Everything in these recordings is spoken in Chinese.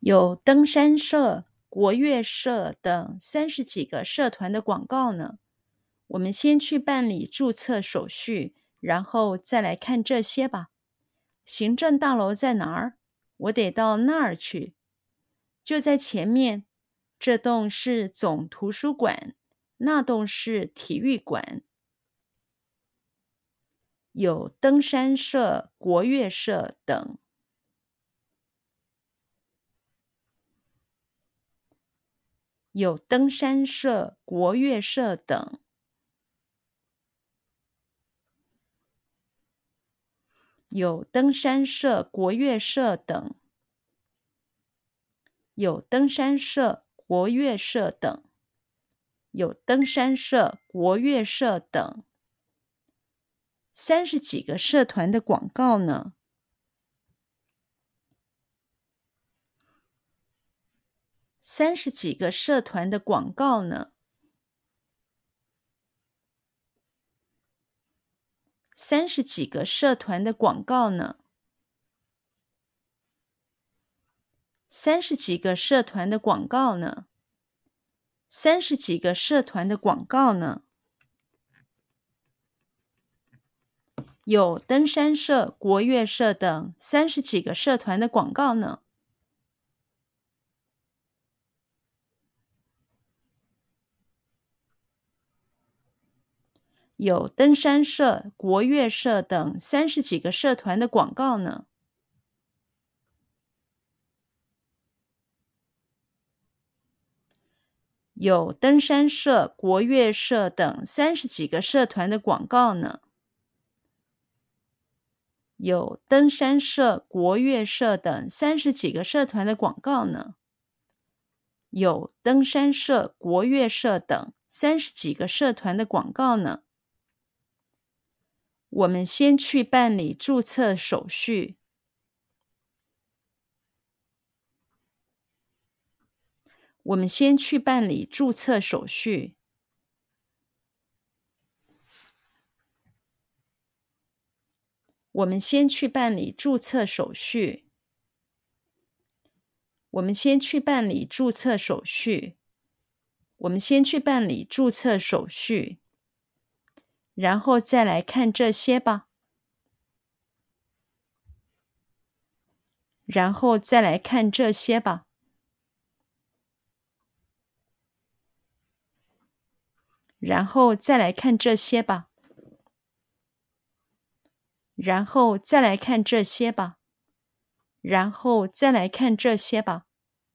有登山社、国乐社等30几个社团的广告呢。我们先去办理注册手续，然后再来看这些吧。行政大楼在哪儿？我得到那儿去。就在前面，这栋是总图书馆，那栋是体育馆。有登山社、国乐社等。有登山社、国乐社等。有登山社、国乐社等。有登山社、国乐社等。有登山社、国乐社等。30几个社团的广告呢。30几个社团的广告呢。30几个社团的广告呢。30几个社团的广告呢。30几个社团的广告呢。有登山社、国乐社等30几个社团的广告呢。有登山社、国乐社等30几个社团的广告呢。有登山社、国乐社等30几个社团的广告呢。有登山社、国乐社等30几个社团的广告呢。有登山社、国乐社等30几个社团的广告呢。我们先去办理注册手续。我们先去办理注册手续。我们先去办理注册手续。我们先去办理注册手续。我们先去办理注册手续，然后再来看这些吧。然后再来看这些吧。然后再来看这些吧。然后再来看这些吧。然后再来看这些吧。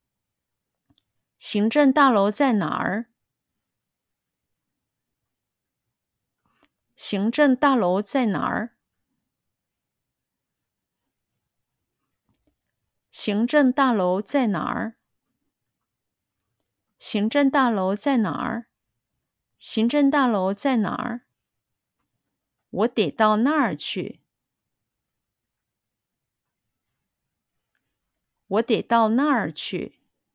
行政大楼在哪儿？行政大楼在哪儿？行政大楼在哪儿？行政大楼在哪儿？行政大楼在哪儿？我得到那儿去。我得到那儿去。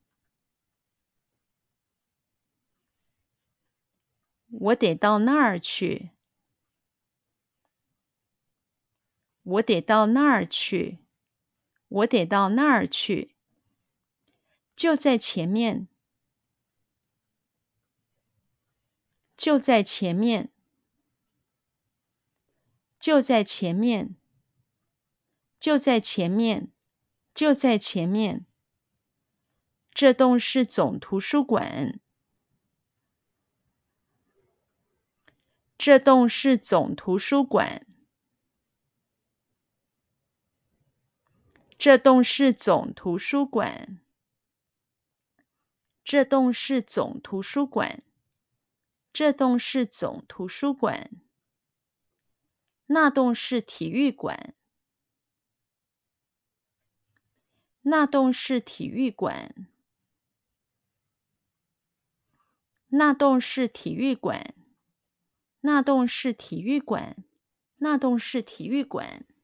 我得到那儿去。我得到那儿去。我得到那儿去。就在前面。就在前面。就在前面。就在前面。就在前面。这栋是总图书馆。这栋是总图书馆。这栋是总图书馆。这栋是总图书馆。这栋是总图书馆。那栋是体育馆。那栋是体育馆。那栋是体育馆。那栋是体育馆。那栋是体育馆。